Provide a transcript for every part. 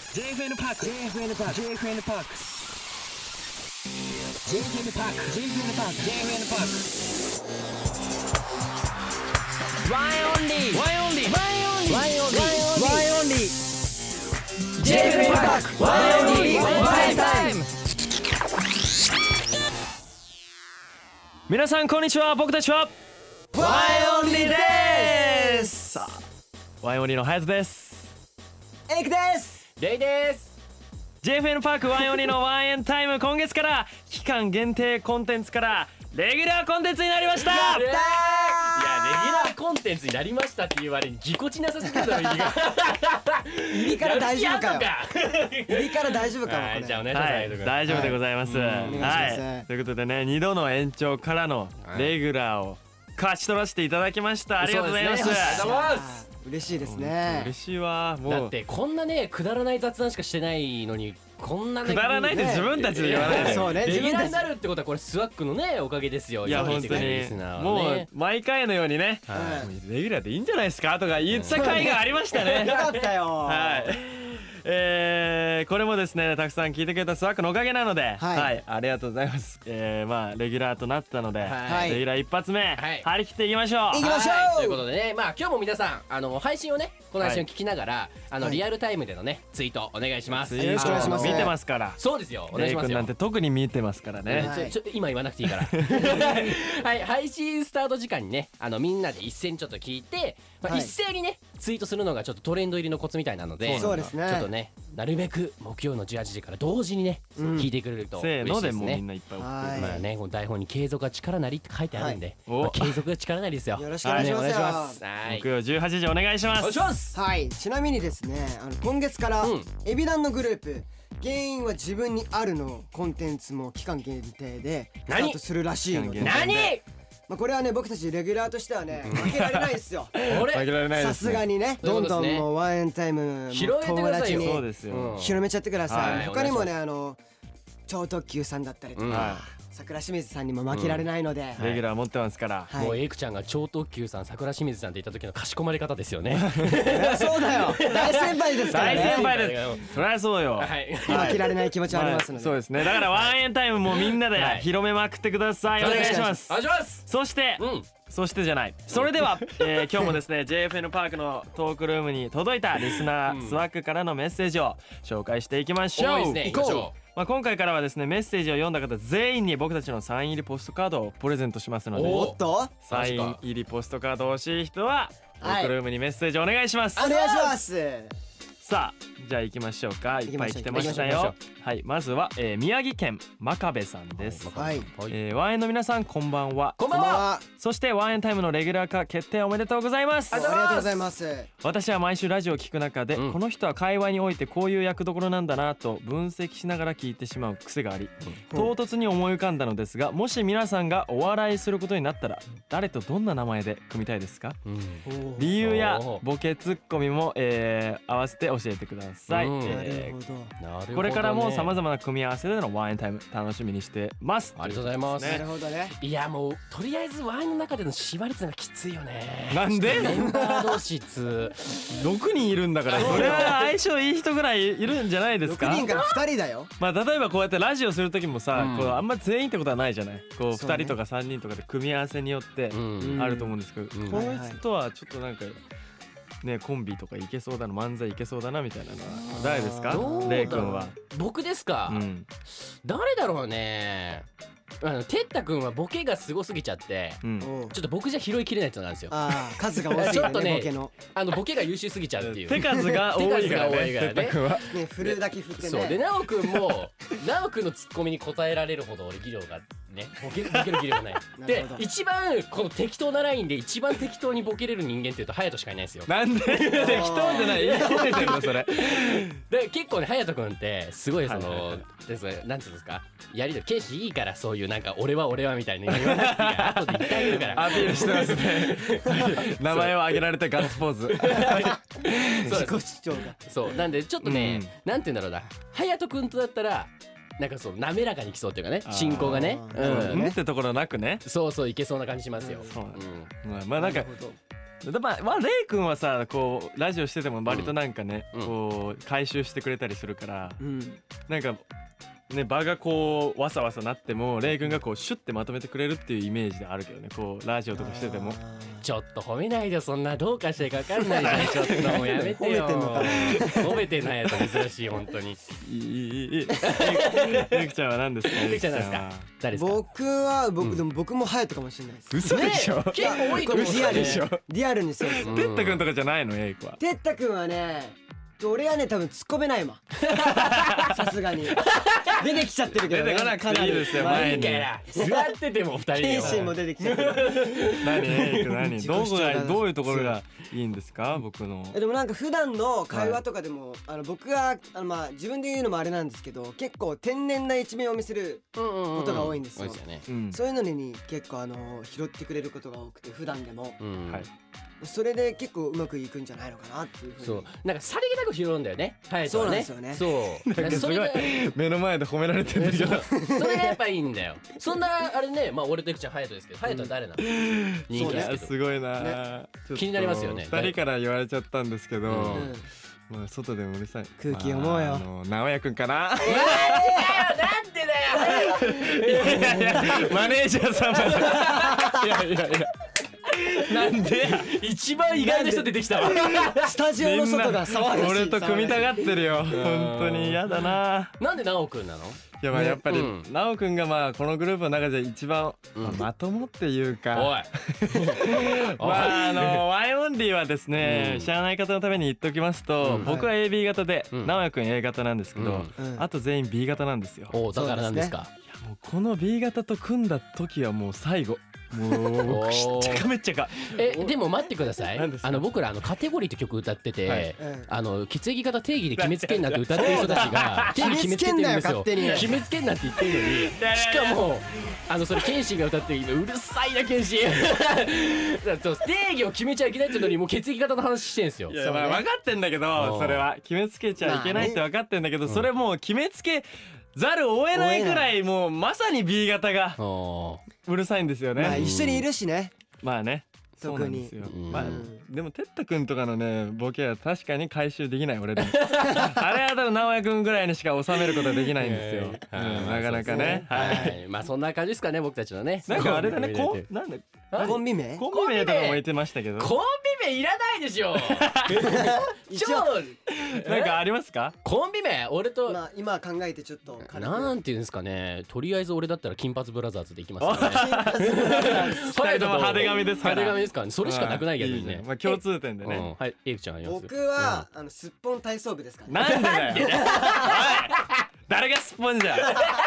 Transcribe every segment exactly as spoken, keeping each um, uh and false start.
ジェイエフエヌ パーク ジェイエフエヌ パーク ジェイエフエヌ パーク ジェイエフエヌ パーク ジェイエフエヌ パーク ジェイエフエヌ パーク ワンオンリーワンオンリーワンオンリーワンオンリー ジェイエフエヌ パークワンオンリーワンタイム。 皆さんこんにちは。僕たちはワンオンリーです。 さあワンオンリーのハヤトです。 エイクです。 レイです。 ジェイエフエヌ パークワンオンリーのワンエンタイム、今月から期間限定コンテンツからレギュラーコンテンツになりました。 やったー。いやレギュラーコンテンツになりましたっていう割にぎこちなさすぎるだろ。入りから大丈夫かよ。入りから大丈夫かも。 はい、じゃあお願いしはます。 い、大丈夫でございます。 はいはい、ということでね、にどの延長からのレギュラーを勝ち取らせていただきました。ありがとうございます。 そうですね、ありがとうございます。 嬉しいですね。 嬉しいわ。もうだってこんなねくだらない雑談しかしてないのに、こんなねくだらないって自分たちで言わないで。 そうね、 レギュラーになる。 るってことはこれスワックのねおかげですよ。 いや本当にもう毎回のようにね、レギュラーでいいんじゃないですかとか言った回がありましたね。 よかったよ。 はい。えー、これもですねたくさん聞いてくれたスワックのおかげなので、 はい、 はい、ありがとうございます。えー、まあレギュラーとなったので、 はい、 レギュラー一発目、はい、張り切っていきましょう。 いきましょう、 はい、ということでね、まあ今日も皆さんあの配信をねこの配信を聞きながら、はい、あのリアルタイムでのねツイートお願いします。 よろしくお願いします。 見てますから。 そうですよ、お願いしますよ。 レイ君なんて特に見てますからね。 はい、ちょちょ今言わなくていいから。はい、配信スタート時間にねあのみんなで一斉にちょっと聞いて、まあ、 はい、 一斉にねツイートするのがちょっとトレンド入りのコツみたいなので、 そうですね、 ちょっとねなるべく木曜のじゅうはちじから同時にね、うん、聞いてくれると嬉しいですね。せーのでもうみんないっぱい送ってる。まあね、この台本に継続が力なりって書いてあるんで、はい、まあ、継続が力なりですよ。 よろしくお願いします。 はい、 木曜じゅうはちじお願いします。 お願いします。 はい、ちなみにですね、あの今月から、うん、エビダンのグループ原因は自分にあるのコンテンツも期間限定でスタートするらしいので、 何？ まあこれはね僕たちレギュラーとしてはね負けられないですよ。さすがにね、どんどんもうワンエンタイム友達に広めちゃってください。他にもねあの超特急さんだったりとか桜清水さんにも負けられないので、 レギュラー持ってますから。 もうエイクちゃんが超特急さん桜清水さんって言った時のかしこまり方ですよね。 そうだよ、大先輩ですからね。 大先輩です。そりゃそうよ。 負けられない気持ちはありますので。 そうですね、だからワンエンタイムもみんなで広めまくってください。お願いします。 お願いします。 そしてそしてじゃないそれでは、えー、今日もですね ジェイエフエヌ パークのトークルームに届いたリスナー、うん、スワックからのメッセージを紹介していきましょう。 行こう。 まあ、今回からはですねメッセージを読んだ方全員に僕たちのサイン入りポストカードをプレゼントしますので、 おっとサイン入りポストカード欲しい人はトークルームにメッセージお願いします。 お願いします。 さあじゃあ行きましょうか。いっぱい来てましたよ。はい、まずは、えー、宮城県真壁さんです。 はい、 えー、ワンエンの皆さんこんばんは。 こんばんは。 そしてワンエンタイムのレギュラー化決定おめでとうございます。 ありがとうございます。 私は毎週ラジオを聞く中で、うん、この人は会話においてこういう役どころなんだなと分析しながら聞いてしまう癖があり、うん、唐突に思い浮かんだのですが、もし皆さんがお笑いすることになったら誰とどんな名前で組みたいですか？うん、理由やボケツッコミも、えー、合わせて教えてください。うん、えー、これからも様々な組み合わせでのワンエンタイム楽しみにしてます。 ありがとうございます。 なるほどね。 いやもうとりあえずワンエンの中での縛りつがきついよね。 なんで？ メンバー同士つろくにんいるんだからそれは相性いい人ぐらいいるんじゃないですか？ ろくにんからふたりだよ。 まあ例えばこうやってラジオする時もさ、うん、こうあんま全員ってことはないじゃない。こうふたりとかさんにんとかで組み合わせによってあると思うんですけど、うん、こいつとはちょっとなんかね、コンビとかいけそうだな、漫才いけそうだなみたいなのは誰ですか？レイ君は。 僕ですか、うん、誰だろうね。あのてったくんはボケがすごすぎちゃって、うん、ちょっと僕じゃ拾いきれないやつなんですよ。 あ数が多いからね。ちょっとねボケのあのボケが優秀すぎちゃうっていう。 手数が多いからね。てったくんはね振るだけ振ってね。 そうでなおくんもなおくんのツッコミに答えられるほど俺技量がねボケボケる技量がない。で一番この適当なラインで一番適当にボケれる人間っていうと隼人しかいないですよ。 なんで適当じゃない言い込めてるのそれ。 で結構ね隼人くんってすごいそのですねなんつうんですかやりとりケーシいいからそういうなんか俺は俺はみたいな言わなくていいから後で言ってあげるからアピールしてますね。名前を挙げられてガッツポーズ。 自己主張がそうなんでちょっとね、うん、なんて言うんだろうな隼人くんとだったらなんかそう滑らかにきそうっていうかね進行がねうんってところなくねそうそういけそうな感じしますよ。 そう、うん、まあなんかだまあ、まあ、レイ君はさこうラジオしてても割となんかね、うん、こう回収してくれたりするから、うん、なんかね場がこうわさわさなってもレイ君がこうシュッてまとめてくれるっていうイメージであるけどね、こうラジオとかしててもちょっと褒めないで、そんなどうかしてかかんないじゃんちょっともうやめてよ。褒めてないやつ珍しい本当に。いいいい。レイクちゃんは何ですか？レイクちゃんなんですか？誰ですか？ 僕は僕、うん、でも僕もハヤトかもしれないです。 嘘でしょ？ね、 結構多いかもしれない。 リアルリアルにそうです。 テッタ君とかじゃないの？レイクは。 テッタ君はね。俺はね多分突っ込めないわさすがに出てきちゃってるけどね。 出てこなくていいですよ前に。 座っててもふたり謙信も出てきちゃってる。 何エイク何どこがどういうところがいいんですか僕の。 でもなんか普段の会話とかでも、はい、あの僕があのまあ自分で言うのもあれなんですけど結構天然な一面を見せることが多いんですよ。そういうのに結構あの拾ってくれることが多くて普段でも、うん、はい。それで結構うまくいくんじゃないのかなっていうふうに。 そうなんかさりげなく拾うんだよね。はい、 そうなんですよね。 そうなんかすごい目の前で褒められてるけどそれがやっぱいいんだよ。そんなあれね、まあ俺とエクちゃんハヤトですけど、ハヤトは誰なの？人気ですけど。 すごいな、ね、 気になりますよね。 ふたりから言われちゃったんですけど、うん、まあ外でもうるさい空気読もうよ。 まあ、あの直哉くんかな。 なんでだよなんでだよ。いやいやマネージャーさんいやいやいやなんで一番意外な人出てきたわ。 スタジオの外が騒がしい。 俺と組みたがってるよ本当に嫌だな。 なんで直くんなの？ いやまあやっぱり直くんがまあこのグループの中で一番、うんまあ、まともっていうかおいまああのワイオンリーはですね、うん、知らない方のために言っておきますと、うん、僕は エービー 型で、うん、直くん エー 型なんですけど、うん、あと全員 ビー 型なんですよ。 おだからなんですか？ いやもうこの ビー 型と組んだ時はもう最後もうしっちゃかめっちゃか。 えでも待ってください。あの僕らあのカテゴリーって曲歌ってて、はい、あの血液型定義で決めつけんなって歌ってる人たちが定義決めつけてるんですよ。決めつけんなって言ってるのに、しかもあのそれ謙信が歌ってるうるさいな謙信定義を決めちゃいけないっていうのにもう血液型の話してんすよ。 いやまあ分かってんだけど、それは決めつけちゃいけないって分かってんだけど、それもう決めつけざるを得ないくらいもうまさに ビー 型がうるさいんですよね。 まあ一緒にいるしね。 まあね特にそうなんですよ。まあでもてったくんとかのねボケは確かに回収できない俺でもあれは多分直哉くんぐらいにしか収めることはできないんですよ。なかなかね。 はいまあそんな感じですかね僕たちのね。 なんかあれだねこうなんだコンビ名コンビ名とかも言ってましたけどコンビ名いらないでしょ超なんかありますかコンビ名。俺とまあ今考えてちょっとなんていうんですかね。とりあえず俺だったら金髪ブラザーズでいきますね。 ふたりとも派手髪ですから。 派手髪ですからね。それしかなくないけどね。 まあ共通点でね。 はいエイクちゃんあります。 僕はあのすっぽん体操部ですからね。なんでだよ誰がすっぽんじゃん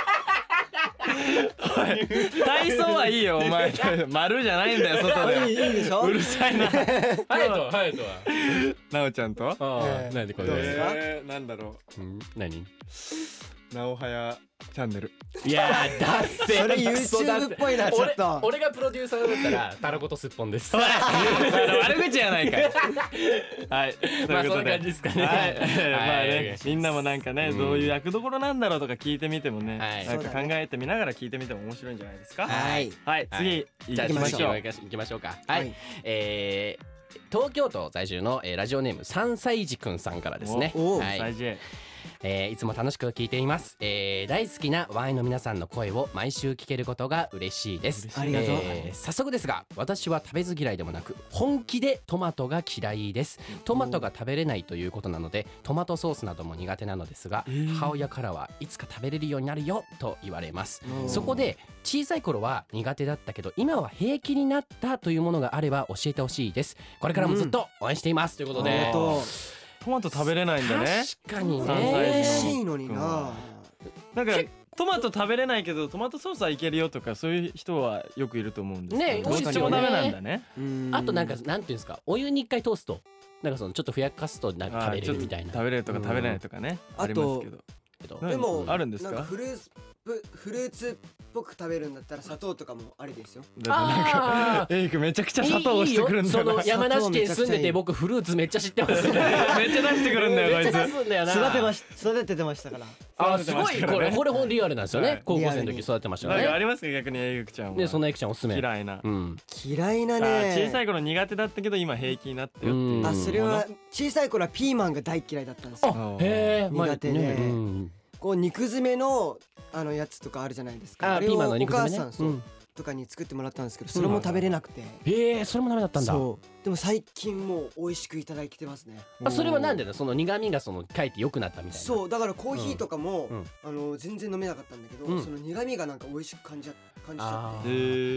体操はいいよお前丸じゃないんだよ外で。 いいでしょ。 うるさいな。 ハヤトハヤトはなおちゃんとなんでこれですか。 なんだろう何なおはやチャンネル。 いやーだっせそれ YouTube っぽいなちょっと。 俺がプロデューサーだったらたらことすっぽんです。悪口やないかい。はいまあそんな感じですかね。 まあねみんなもなんかねどういう役どころなんだろうとか聞いてみてもねなんか考えてみながら聞いてみても面白いんじゃないですか。 はいはい次行きましょう。 行きましょうか。はいえ東京都在住のラジオネーム三歳児くんさんからですね。はいえー、いつも楽しく聞いています、えー、大好きなワインの皆さんの声を毎週聞けることが嬉しいです。 ありがとう、 えー、早速ですが私は食べず嫌いでもなく本気でトマトが嫌いです。トマトが食べれないということなのでトマトソースなども苦手なのですが、えー、母親からはいつか食べれるようになるよと言われます。そこで小さい頃は苦手だったけど今は平気になったというものがあれば教えてほしいです。これからもずっと応援しています、うん、ということでトマト食べれないんだね。 確かにね美味しいのにな。 なんかトマト食べれないけどトマトソースはいけるよとかそういう人はよくいると思うんですけど、どっちもダメなんだね。 あとなんかなんていうんですかお湯に一回通すとなんかそのちょっとふやかすとなんか食べれるみたいな。 食べれるとか食べれないとかねありますけど。 でもあるんですか。 フルーツプフルーツっぽく食べるんだったら砂糖とかもありですよ。 なんかエイクめちゃくちゃ砂糖をしてくるんだよ。 その山梨県住んでて僕フルーツめっちゃ知ってます。めっちゃ出してくるんだよこいつ。 育てまし育ててましたから。 あすごいこれこれほんリアルなんですよね。高校生の時育てましたからね。 ありますか逆にエイクちゃんは。 でそんなエイクちゃんおすすめ。 嫌いな。 嫌いなね。 小さい頃苦手だったけど今平気になったよっていう。 あそれは小さい頃はピーマンが大嫌いだったんですよ。 へえ苦手で。こう肉詰めのあのやつとかあるじゃないですか。 あピーマンの肉詰めね。 とかに作ってもらったんですけどそれも食べれなくて。 ええそれもダメだったんだ。 そうでも最近もう美味しくいただいてますね。 あそれはなんでだその苦味がそのかえって良くなったみたいな。 そうだからコーヒーとかもあの全然飲めなかったんだけどその苦味がなんか美味しく感じ感じちゃって。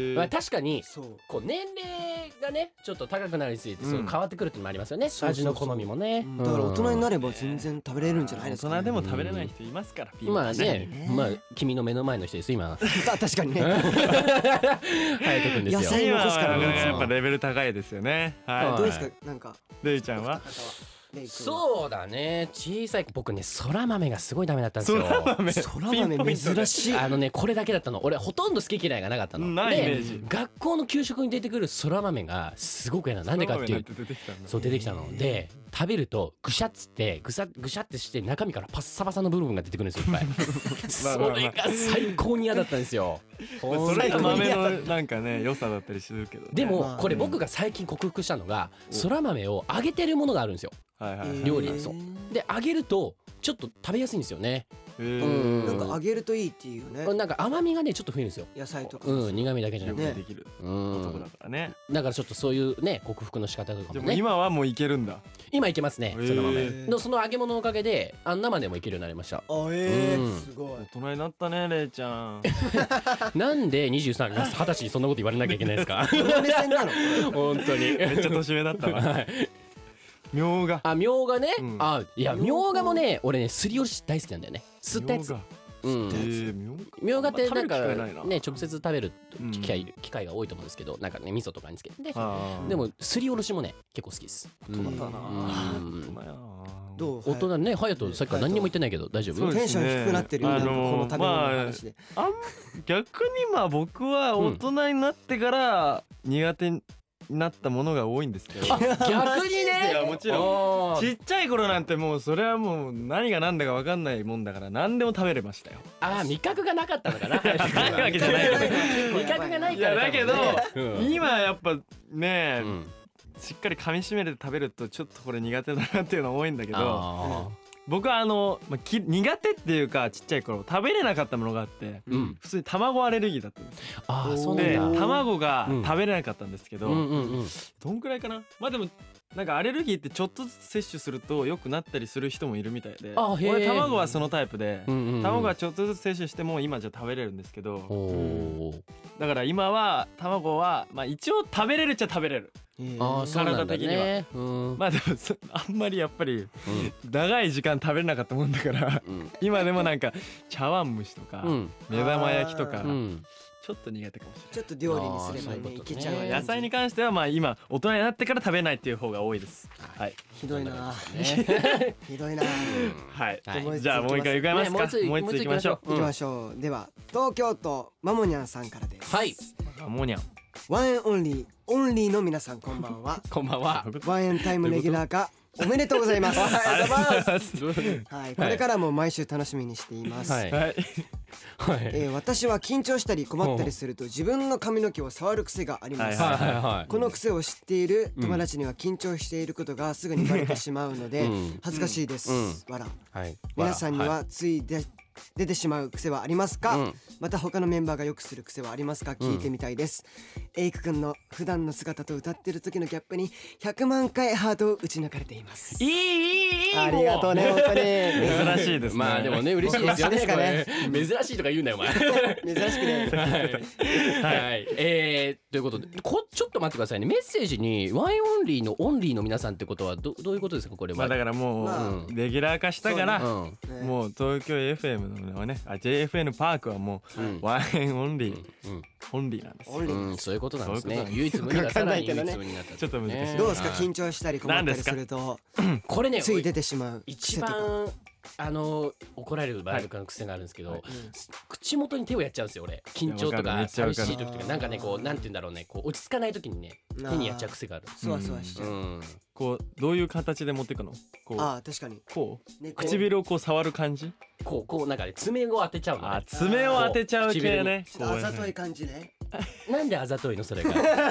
まあ確かにこう年齢がねちょっと高くなりについて変わってくるっていうのもありますよね。味の好みもね。 だから大人になれば全然食べれるんじゃないですか。 大人でも食べれない人いますから。 今ねまあ君の目の前の人です今。 確かにね。 隼人君ですよ。 野菜残すからね。 やっぱレベル高いですよね。はい。 どうですかなんか。 レイちゃんは。 そうだね小さい僕ねそら豆がすごいダメだったんですよ。 そら豆珍しい。 あのねこれだけだったの。俺ほとんど好き嫌いがなかったの。で学校の給食に出てくるそら豆がすごく嫌な。なんでかっていうそう出てきたので食べるとぐしゃっつってぐさぐしゃってして中身からパッサパサの部分が出てくるんですよいっぱい。それが最高に嫌だったんですよ。 それが豆のなんかね良さだったりするけど。 でもこれ僕が最近克服したのがそら豆を揚げてるものがあるんですよ。料理そうで揚げるとちょっと食べやすいんですよね。 なんか揚げるといいっていうね。 なんか甘みがねちょっと増えるんですよ。 野菜とかうん苦味だけじゃなくてできる男だからね。 だからちょっとそういうね克服の仕方とかもね。 今はもういけるんだ。今いけますねその豆のその揚げ物のおかげであ生でもいけるようになりました。 あえすごい大人になったねレイちゃん。 なんでにじゅうさんがはたちにそんなこと言われなきゃいけないですか。 どの目線なの本当にめっちゃ年上だったわ。みょうがあみょうがねあいやみょうがもね俺ねすりおろし大好きなんだよね。吸ったやつ。みょうがってなんかね直接食べる機会機会が多いと思うんですけどなんかね味噌とかにつけてでもすりおろしもね結構好きです。 大人だな。 どう大人ね隼人さっきから何にも言ってないけど大丈夫？ テンション低くなってるよこの食べ物の話で。 逆にまあ僕は大人になってから苦手になったものが多いんですけど。 逆にね。 いやもちろんちっちゃい頃なんてもうそれはもう何が何だか分かんないもんだから何でも食べれましたよ。 ああ味覚がなかったのかな。 ないわけじゃない味覚がないから。 いやだけど今やっぱねしっかり噛み締めて食べるとちょっとこれ苦手だなっていうの多いんだけど。僕はあの、まあ、き苦手っていうかちっちゃい頃食べれなかったものがあって、うん、普通に卵アレルギーだったんですよ。 ああそうなんだ。 で卵が食べれなかったんですけど、うんうんうんうん、どんくらいかな。まあでもなんかアレルギーってちょっとずつ摂取すると良くなったりする人もいるみたいで、俺卵はそのタイプで、うんうんうん、卵はちょっとずつ摂取しても今じゃ食べれるんですけど、だから今は卵はまあ一応食べれるっちゃ食べれる。体的には、うん、まあでもあんまりやっぱり、うん、長い時間食べれなかったもんだから、うん、今でもなんか茶碗蒸しとか、うん、目玉焼きとか、うん、ちょっと苦手かもしれない。 ちょっと料理にすればねいけちゃう。 野菜に関してはまあ今大人になってから食べないっていう方が多いです。はい。 ひどいな。ひどいな。 はい。じゃあもう一回伺いますか。もう一つ行きましょう。 行きましょう。では東京都マモニャンさんからです。 はい。 マモニャン。 ワンエンオンリーオンリーの皆さんこんばんは。 こんばんは。 ワンエンタイムレギュラー化おめでとうございます。 ありがとうございます。 はい、これからも毎週楽しみにしています。はい。はいえー、私は緊張したり困ったりすると自分の髪の毛を触る癖があります。この癖を知っている友達には緊張していることがすぐにバレてしまうので恥ずかしいです。わら。皆さんにはついで出てしまう癖はありますか、うん、また他のメンバーがよくする癖はありますか聞いてみたいです、うん、エイクくんの普段の姿と歌ってる時のギャップにひゃくまんかいハートを打ち抜かれています。 いいいいいいありがとうね本当に珍しいですね。 まあでもね嬉しいですよね。ですかね珍しいとか言うなよお前珍しくねはい、はい、えー、ということでこちょっと待ってくださいね。メッセージにワインオンリーのオンリーの皆さんってことは ど, どういうことですかこれは。 まあだからもう、まあ、レギュラー化したから、うん、もう東京 エフエム のねあ ジェイエフエヌ パークはもう、うん、ワインオンリー、うん、オンリーなんですよ、 うん、そういうことなんですね。唯一無二がさらに唯一無二になった、 ちょっと難しい。 どうですか緊張したり困ったりするとこれねつい出てしまう一番あの怒られるバイブカの癖があるんですけど、はいはい、口元に手をやっちゃうんですよ俺。緊張とか寂しい時とかなんかねこうなんて言うんだろうねこう落ち着かない時にね手にやっちゃう癖がある。 そわそわしちゃう、うん、 こうどういう形で持っていくの？こうあ確かにこう、ね、唇をこう触る感じ？ こうこうなんかね爪を当てちゃうの、ね、 あ爪を当てちゃう系ね。 ちょっとあざとい感じね。 なんであざといのそれが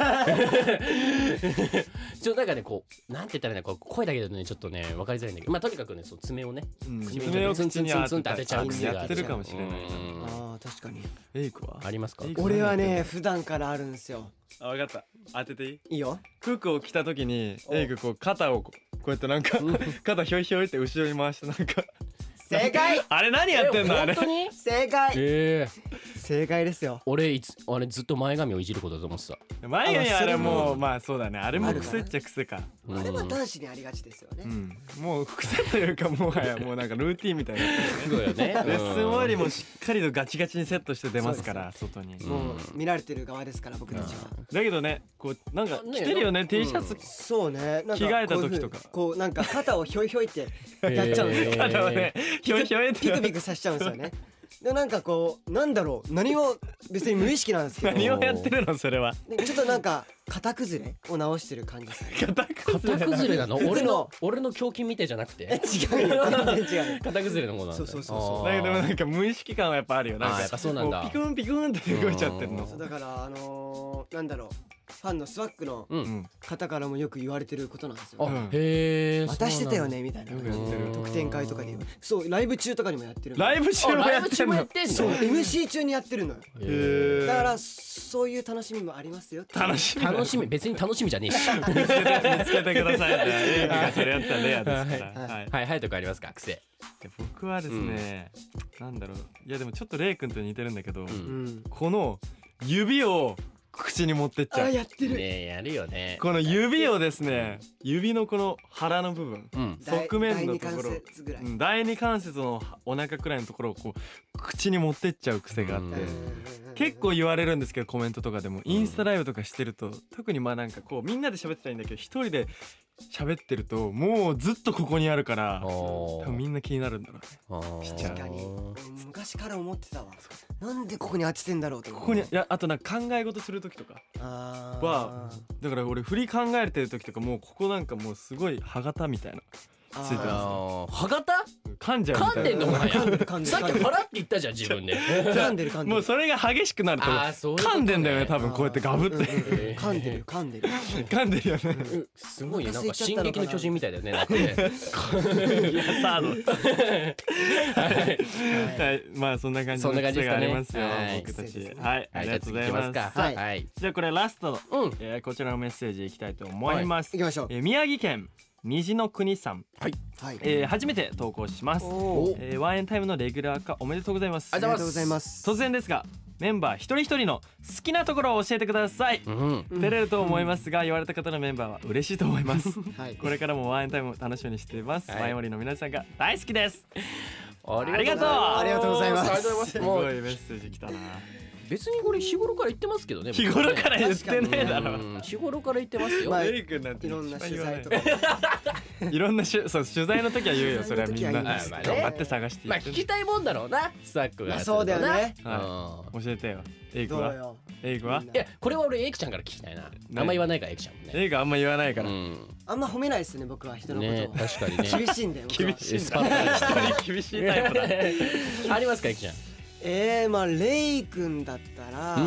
ちょっとなんかねこうなんて言ったらねこう声だけでねちょっとね分かりづらいんだけどまあとにかくねその爪をね、 うん、爪を口に当てちゃう癖がやってるかもしれない。 あ確かに。 エイクはありますか？ 俺はね普段からあるんですよ。 あ分かった。当てていい？ いいよ。 服を着た時にエイクこう肩をこうやってなんか肩ひょいひょいって後ろに回してなんか正解。 あれ何やってんのあれ。 本当に正解。 えー、正解ですよ。 俺いつあれずっと前髪をいじることだと思ってた。 前髪あれもうまあそうだね。あれも癖っちゃ癖か。 あれは男子にありがちですよね。 うん、もう癖というかもはやもうなんかルーティンみたいな。 そうよね。 レッスン終わりもしっかりとガチガチにセットして出ますから外に。 もう見られてる側ですから僕たちは。 だけどねこうなんか着てるよね T シャツ。 そうね。 着替えた時とかこうなんか肩をひょいひょいってやっちゃうんですよ。 肩をねひょいひょいってピクピクさしちゃうんですよね。でなんかこうなんだろう何を別に無意識なんですけど何をやってるのそれは。 ちょっとなんか型崩れを直してる感じですね。 型崩れ崩れなの？俺の俺の胸筋みてえじゃなくて違うよ全然違う。 型崩れのものなんだ。 そうそうそうだけどなんか無意識感はやっぱあるよ。なんかやっぱそうなんだ。 ピクンピクンって動いちゃってるの。 だからあのなんだろうファンのスワックの方からもよく言われてることなんですよ。 へえ。 またしてたよねみたいな。特典会とかでそうライブ中とかにもやってる。 ライブ中もやってるの。 そう エムシー 中にやってるのよ。だからそういう楽しみもありますよ。 楽しみ楽しみ別に楽しみじゃねえし。 見つけて見つけてください。エイクがそれやったらレアですから。 はいはいはいとかありますか癖。 僕はですねなんだろういやでもちょっとレイ君と似てるんだけどこの指を口に持ってっちゃう。 あやってるねやるよね。 この指をですね指のこの腹の部分、うん、側面のところ第二関節のお腹くらいのところをこう口に持ってっちゃう癖があって、結構言われるんですけどコメントとかでもインスタライブとかしてると特にまあなんかこうみんなで喋ってたらいいんだけど一人で喋ってるともうずっとここにあるから多分みんな気になるんだろうね。 確かに昔から思ってたわ。なんでここに当ててんだろうとここにいやあとなんか考え事する時とかはだから俺振り考えてる時とかもうここなんかもうすごい歯型みたいなついてますね。 歯型噛んじゃうみたいな。 噛んでんのお前さっき腹って言ったじゃん自分で。 噛んでる噛んでる。 もうそれが激しくなると噛んでんだよね多分こうやってガブって噛んでる噛んでる噛んでるよね。 すごいねなんか進撃の巨人みたいだよね。だっていやサードはいまあそんな感じの癖がありますよ僕たち。はいありがとうございます。はいじゃあこれラストのこちらのメッセージいきたいと思います。 いきましょう。 宮城県虹の国さん、 はいえー、初めて投稿します、えー、ワンエンタイムのレギュラー化おめでとうございます。 ありがとうございます。 突然ですがメンバー一人一人の好きなところを教えてください、うん、照れると思いますが、うん、言われた方のメンバーは嬉しいと思います、はい、これからもワンエンタイムを楽しみにしています、はい、マイモリの皆さんが大好きです。ありがとうありがとうございます。 すごいメッセージ来たな。 別にこれ日頃から言ってますけどね。 日頃から言ってねえだろ。 日頃から言ってますよ。 エリ君なんていろんな取材とかいろんなしそう取材の時は言うよ。それはみんな頑張って探して。 まあ聞きたいもんだろうなスタッフが。 そうだよね。 教えてよ。エイクは。エイクは。 いやこれは俺エイクちゃんから聞きたいな。あんま言わないからエイクちゃんもね。 エイクあんま言わないから。 あんま褒めないですね僕は人のことね。確かにね。 厳しいんだよ。 厳しい。人に厳しいタイプだ。 ありますかエイクちゃん。 えー、まあレイ君だったら、うん、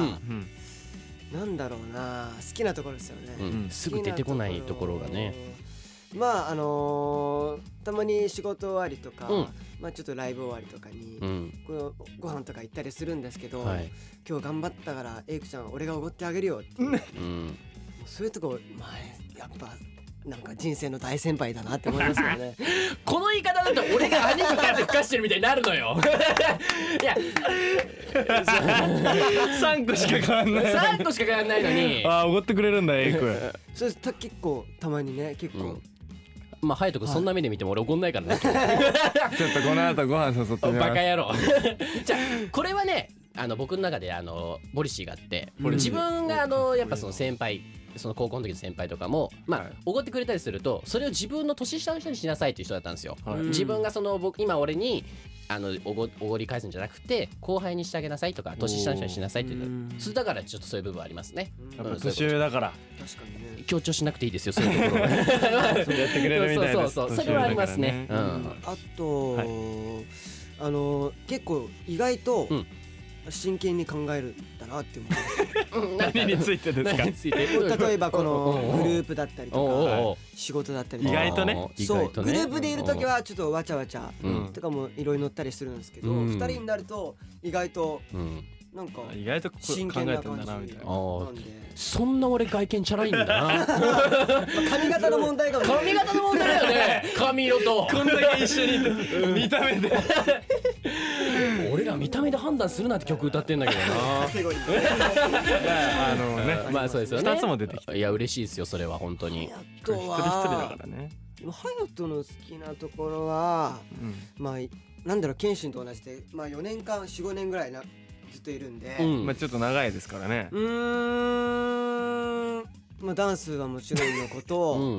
なんだろうな好きなところですよね、 うん、すぐ出てこないところがね。 まああのー、たまに仕事終わりとか、うん、まあちょっとライブ終わりとかに、うん、ご, ご飯とか行ったりするんですけど、はい、今日頑張ったからエイクちゃん俺がおごってあげるよって、うん、そういうとこまあやっぱなんか人生の大先輩だなって思いますよねこの言い方だと俺が兄貴から吹かしてるみたいになるのよいやさんこしか変わんないさんこしか変わんないのにああおごってくれるんだエイクそれ結構たまにね結構、うん、 まあ隼人君そんな目で見ても俺怒んないからねちょっとこの後ご飯誘ってみますバカ野郎じゃあこれはねあの僕の中であのポリシーがあって、自分があのやっぱその先輩、その高校の時の先輩とかもまあおごってくれたりすると、それを自分の年下の人にしなさいっていう人だったんですよ。自分がその僕今俺にあのおごおごり返すんじゃなくて後輩にしてあげなさいとか年下の人にしなさいっていう、それだからちょっとそういう部分ありますね。 やっぱ年上だから確かにね、 強調しなくていいですよそういうところ。やってくれるみたいです。 そうそうそう、それはありますね。うん、 あと、はい、あの結構意外と、うん、真剣に考えるんだなって思う。 何についてですか？ 例えばこのグループだったりとか仕事だったりとか、 意外とね、 そうグループでいる時はちょっとわちゃわちゃとかもいろいろ乗ったりするんですけど、ふたりになると意外となんか意外と真剣な感じなんで、 そんな俺外見チャラいんだな。 髪型の問題が髪型の問題だよね。髪色とこんだけ一緒にいて見た目で俺ら見た目で判断するなって曲歌ってんだけどな。 あのね、 まあそうですよね。 ふたつも出てきた。 いや嬉しいですよそれは本当に。 あとは一人一人だからね。 ハヤトの好きなところは、まあなんだろう、謙信と同じでまあよねんかん よん,ご 年ぐらいなずっといるんで、 まあちょっと長いですからね。 うーん、まあダンスはもちろんのこと、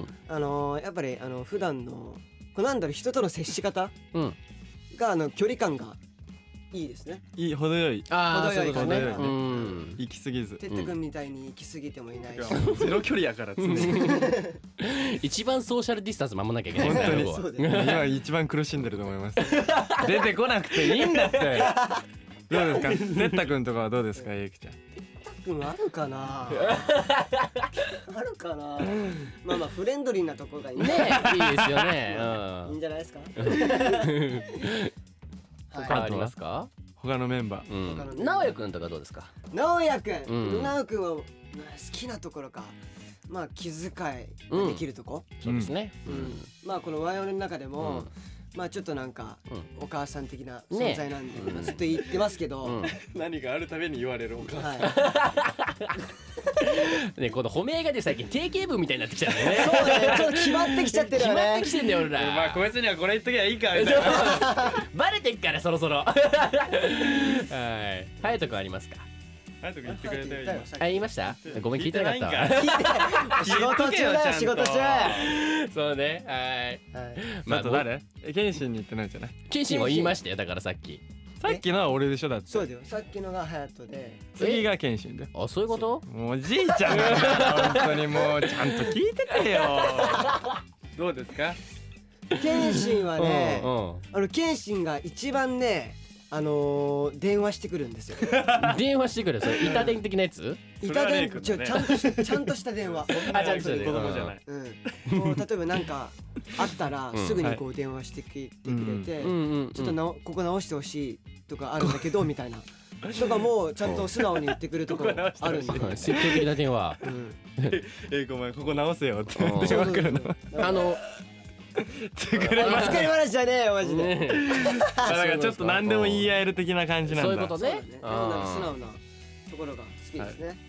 あのやっぱりあの普段のこうなんだろう、人との接し方があの距離感がいいですね。 いい、程よい。 ああ、 程よいね。 行き過ぎず。 てってくんみたいに行き過ぎてもいないし。 ゼロ距離やから常に。 一番ソーシャルディスタンス守らなきゃいけない。 本当にそうです。今一番苦しんでると思います。出てこなくていいんだって。どうですか、てったくんとかはどうですか、ゆうきちゃん。 てったくんあるかな。あるかな。まあまあフレンドリーなところがいいね。 いいですよね。 いいんじゃないですか。 他ありますか？ 他のメンバー。 直哉くんとかどうですか？ 直哉くん、直哉くんは好きなところか。まあ気遣いができるとこ。 そうですね。 まあこのワイオンの中でも。まあちょっとなんかお母さん的な存在なんでずっと言ってますけど、 何があるたびに言われるお母さん。ね、この褒めがで最近定型文みたいになってきちゃうね。 そうだね、ちょっと決まってきちゃってるよね。 決まってきてんだよ俺ら。 まあこいつにはこれ言っときゃいいかみたいな。 バレてっからそろそろ。はい。隼人くんありますか？ 隼人くん言ってくれたよ。 あ、言いました？ごめん聞いてなかった。 仕事中だよ仕事中。 そうね。はい。 まあ誰？え、謙信に言ってないじゃない？ 謙信は言いましたよだからさっき。 さっきのは俺でしょだって。 そうだよ。さっきのが隼人で、 次が謙信で。 あ、そういうこと？ もうじいちゃんが本当にもうちゃんと聞いててよ。どうですか？ 謙信はね、あの謙信が一番ね。あの電話してくるんですよ。 電話してくる、それ板電的なやつ？ 板電ちょちゃんとしちゃんとした電話。 あ、ちゃんとした子供じゃない。 うん。こう例えばなんかあったらすぐにこう電話してきてくれて、ちょっとなここ直してほしいとかあるんだけどみたいな。とかもちゃんと素直に言ってくるとこあるんで。 積極的な電話。 え、ごめんここ直せよって電話来るの。 あの。 作り話じゃねえよマジで。 だからちょっと何でも言い合える的な感じなんだ。 そういうことね。 素直なところが好きですね。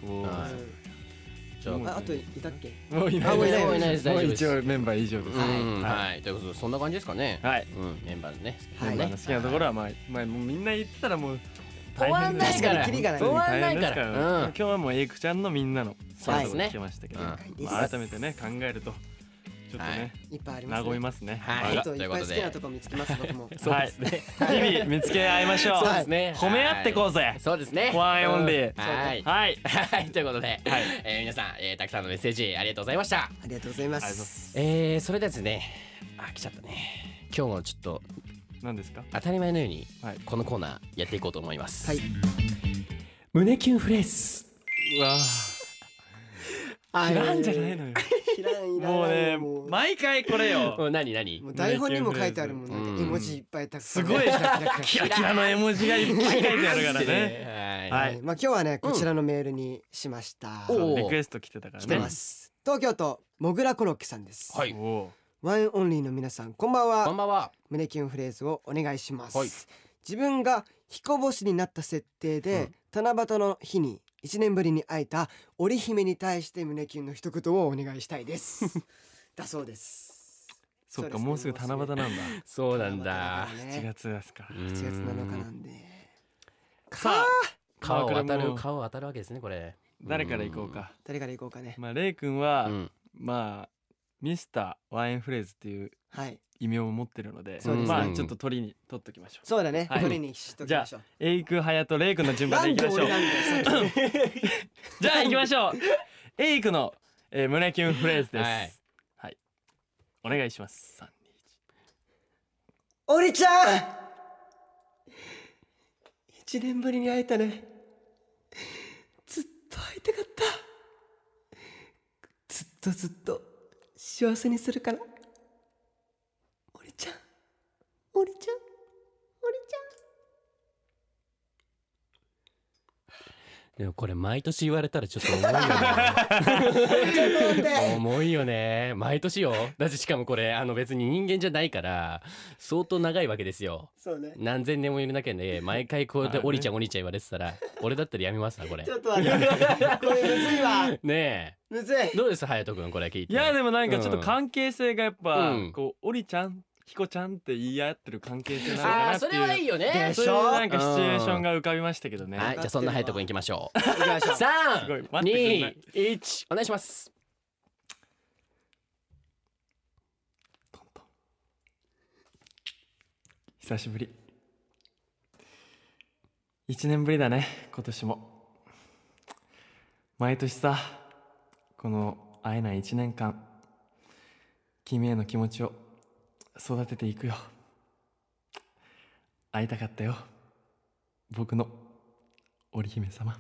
あといたっけ？ もういない。 もういないです。大丈夫です。 一応メンバー以上です。 はい。ということでそんな感じですかね。 はい。 メンバーね。 メンバーの好きなところはまあまあもうみんな言ってたらもう終わんないから。終わんないから。 今日はもうエイクちゃんのみんなのそうですね。 聞きましたけど、改めてね考えると。ちょっとね、 いっぱいありますね。 和みますね。 はい。ということで、いっぱい好きなとこ見つけます僕も。 そうですね。 日々見つけ合いましょう。 そうですね。 褒め合ってこうぜ。 そうですね。 ワンオンリー。 はい。 はい。 はい。ということで、皆さんたくさんのメッセージありがとうございました。ありがとうございます。 えそれではですね、あ来ちゃったね。今日もちょっと何ですか？ 当たり前のようにこのコーナーやっていこうと思います。 はい。 胸キュンフレーズ。 うわ。いらんじゃないのよ。もうね、毎回これよ。 何何？ 台本にも書いてあるもんね。絵文字いっぱいたくさん。 すごいキラキラの絵文字がいっぱい書いてあるからね。 はい。まあ今日はねこちらのメールにしました。 リクエスト来てたからね。 来てます。東京都もぐらコロッケさんです。 はい。 ワンオンリーの皆さんこんばんは。 こんばんは。 胸キュンフレーズをお願いします。自分が彦星になった設定で七夕の日にいちねんぶりに会えた織姫に対して胸キュンの一言をお願いしたいですだそうです。 そっか、もうすぐ七夕なんだ。 そうなんだ。 しちがつですか。 はちがつなのかなんで。 さあ顔当たる顔当たるわけですねこれ。 誰から行こうか。 誰から行こうかね。 まあレイ君は、うん、まあミスターワインフレーズっていう異名を持ってるので、はい、まあちょっと鳥に取っときましょう。 そうだね、はい、鳥にしときましょう。 じゃあエイクハヤとレイ君の順番でいきましょう。じゃあ行きましょう。エイクの、えー、胸キュンフレーズです。はい、はい、お願いします。さんにいち。 おりちゃん、一年ぶりに会えたね。ずっと会いたかった。ずっとずっと幸せにするから。おりちゃん、おりちゃん、おりちゃん。 でもこれ毎年言われたらちょっと重いよね。重いよね。毎年よ。だってしかもこれあの別に人間じゃないから相当長いわけですよ。 そうね。 何千年もいるだけで毎回こうやっておりちゃんおりちゃん言われてたら俺だったらやめますわこれ。 ちょっと待って。これむずいわ。 ねえ。 むずい。 どうです隼人君これ聞いて。 いやでもなんかちょっと関係性がやっぱ、うん、こうおりちゃんひこちゃんって言い合ってる関係性なのかなっていう。 あーそれはいいよね。 そういうなんかシチュエーションが浮かびましたけどね。 はい、じゃあそんな隼人君いきましょう。いきましょう。さんにいちお願いします。 トントン久しぶり。いちねんぶりだね今年も。毎年さこの会えないいちねんかん君への気持ちを育てていくよ。会いたかったよ僕の織姫様。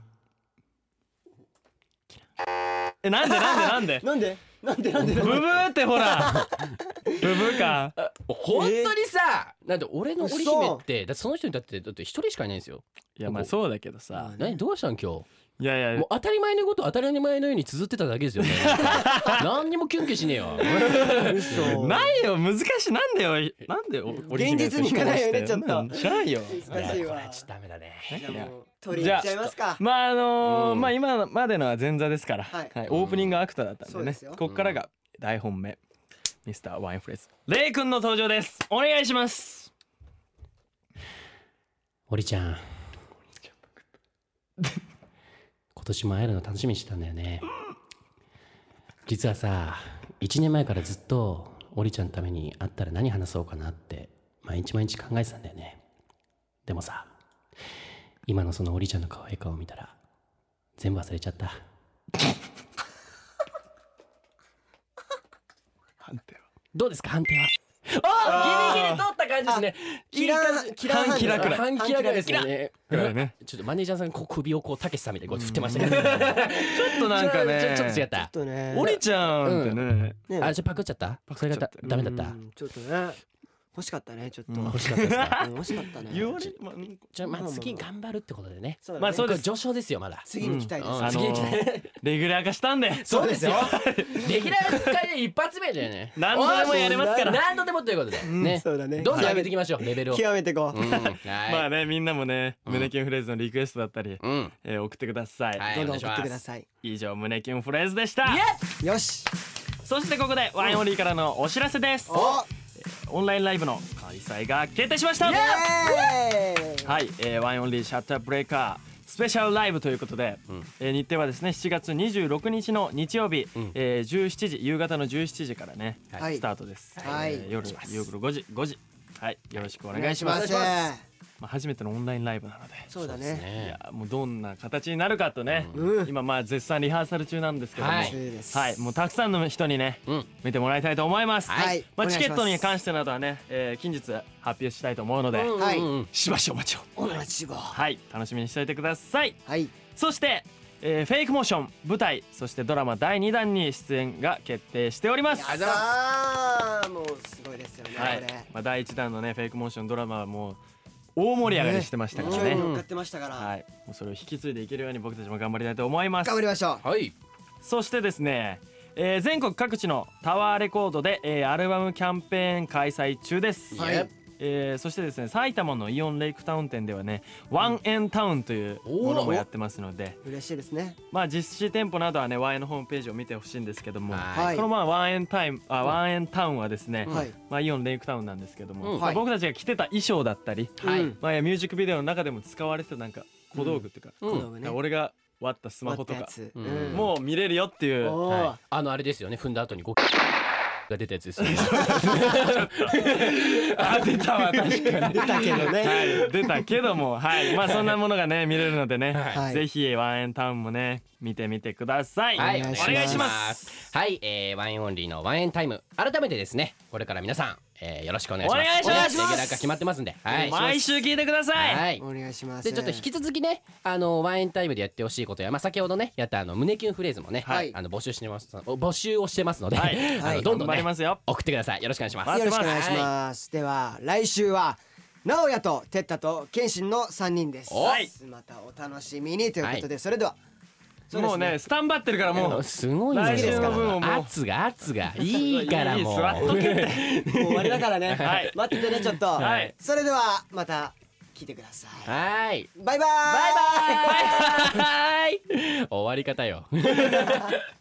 えなんでなんでなんでなんでなんでなんでブブーってほらブブーか。 本当にさ、なんで俺の織姫ってだってその人にだってだって一人しかいないんですよ。 いやまあそうだけどさ。 何どうしたん今日。 いやいやもう当たり前のこと当たり前のように綴ってただけですよね。何にもキュンキュンしねえよ。 ないよ難しい。なんでよなんで現実にいかないよねちょっと。 知らんよ。 難しいわ。 ちょっとダメだね。 取り入れちゃいますか。 まああのまあ今までのは前座ですから、オープニングアクトだったんでね。ここからが大本命ミスターワインフレーズレイ君の登場です。お願いします。 おりちゃん。今年も会えるの楽しみにしてたんだよね。実はさいちねんまえからずっとおりちゃんのために会ったら何話そうかなって毎日毎日考えてたんだよね。でもさ今のそのおりちゃんの可愛い顔を見たら全部忘れちゃった。 判定はどうですか判定は。あギリギリ通った感じですね。 キラーキラー半キラくらい半キラですね。 ねちょっとマネージャーさんこう首をこうたけしさんみたいにこう振ってましたけど、ちょっとなんかねちょっと違った。 おりちゃんってね、 あじゃパクっちゃった。それがダメだった。 ちょっとね欲しかったねちょっと。 欲しかったですか。 欲しかったね。 言われじゃまあ次頑張るってことでね。 まあそうです。 序章ですよまだ。 次に行きたいです。 次に行きたい。 レギュラー化したんで。 そうですよ。レギュラー化で一発目だよね。 何度でもやれますから。 何度でもということでね。 そうだね。 どんどん上げていきましょうレベルを。 極めていこう。 まあねみんなもね胸キュンフレーズのリクエストだったり送ってください。 どんどん送ってください。 以上胸キュンフレーズでした。 よし。 そしてここでワインオンリーからのお知らせです。オンラインライブの開催が決定しました。はい、えー、ワインオンリーシャッターブレーカースペシャルライブということで、うん、えー、日程はですねしちがつにじゅうろくにちの日曜日、うん、えー、じゅうしちじ夕方のじゅうしちじからね、はい、スタートです。はい、えー、夜夜ごじごじはいよろしくお願いします。まあ、初めてのオンラインライブなので。 そうだね。 いやもうどんな形になるかとね、うん、今まあ絶賛リハーサル中なんですけども、はい、はい、もうたくさんの人にね、うん、見てもらいたいと思います。はい、まあチケットに関してなどはね、えー、近日発表したいと思うので、はい、しばしお待ちを。 お待ちを。 はい、楽しみにしておいてください。 はい。 そして、えー、フェイクモーション舞台そしてドラマだいにだんに出演が決定しております。 やだー、もうすごいですよね。はい、 まあだいいちだんのねフェイクモーションドラマはもう大盛り上がりしてましたからね。 乗っかってましたから。 はい。もうそれを引き継いでいけるように僕たちも頑張りたいと思います。 頑張りましょう。はい。 そしてですね、えー、全国各地のタワーレコードで、えー、アルバムキャンペーン開催中です。はい。えー、そしてですね埼玉のイオンレイクタウン店ではねワンエンタウンというものもやってますので、 嬉しいですね。 まあ実施店舗などはねワンエンのホームページを見てほしいんですけども、はい、このまあワンエンタイムあワンエンタウンはですね、はい、まあイオンレイクタウンなんですけども、うん、まあ、僕たちが着てた衣装だったり、はい、まあミュージックビデオの中でも使われてたなんか小道具っていうか、 小道具ね、 俺が割ったスマホとかうん、 もう見れるよっていう、 はい、あのあれですよね、踏んだ後にゴキが出たやつですよねあ、出たわ、確かに出たけどね、 はい、出たけども、はい、まあそんなものがね見れるのでね、はい、ぜひワンエンタウンもね見てみてください。 はい、お願いします。 はい、えー、ワンエンオンリーのワンエンタイム、改めてですね、これから皆さん、えー、よろしくお願いします。 お願いします。 レギュラーが決まってますんで、はい、 毎週聞いてください。 はい、 お願いします。 でちょっと引き続きね、あのワンエンタイムでやってほしいことや、まあ先ほどねやったあの胸キュンフレーズもね、はい、あの募集してます、募集をしてますので、はい、あのどんどんね送ってください。よろしくお願いします。 よろしくお願いします。では来週は直哉と哲太と謙信のさんにんです。はい、またお楽しみにということで、それではもうねスタンバってるから、もうすごいね、 来週の分をもう圧が圧がいいからもう座っとけってもう終わりだからね、はい、待っててねちょっと、はい、それではまた聞いてください。 はい、 バイバイバイバイバイバイ終わり方よ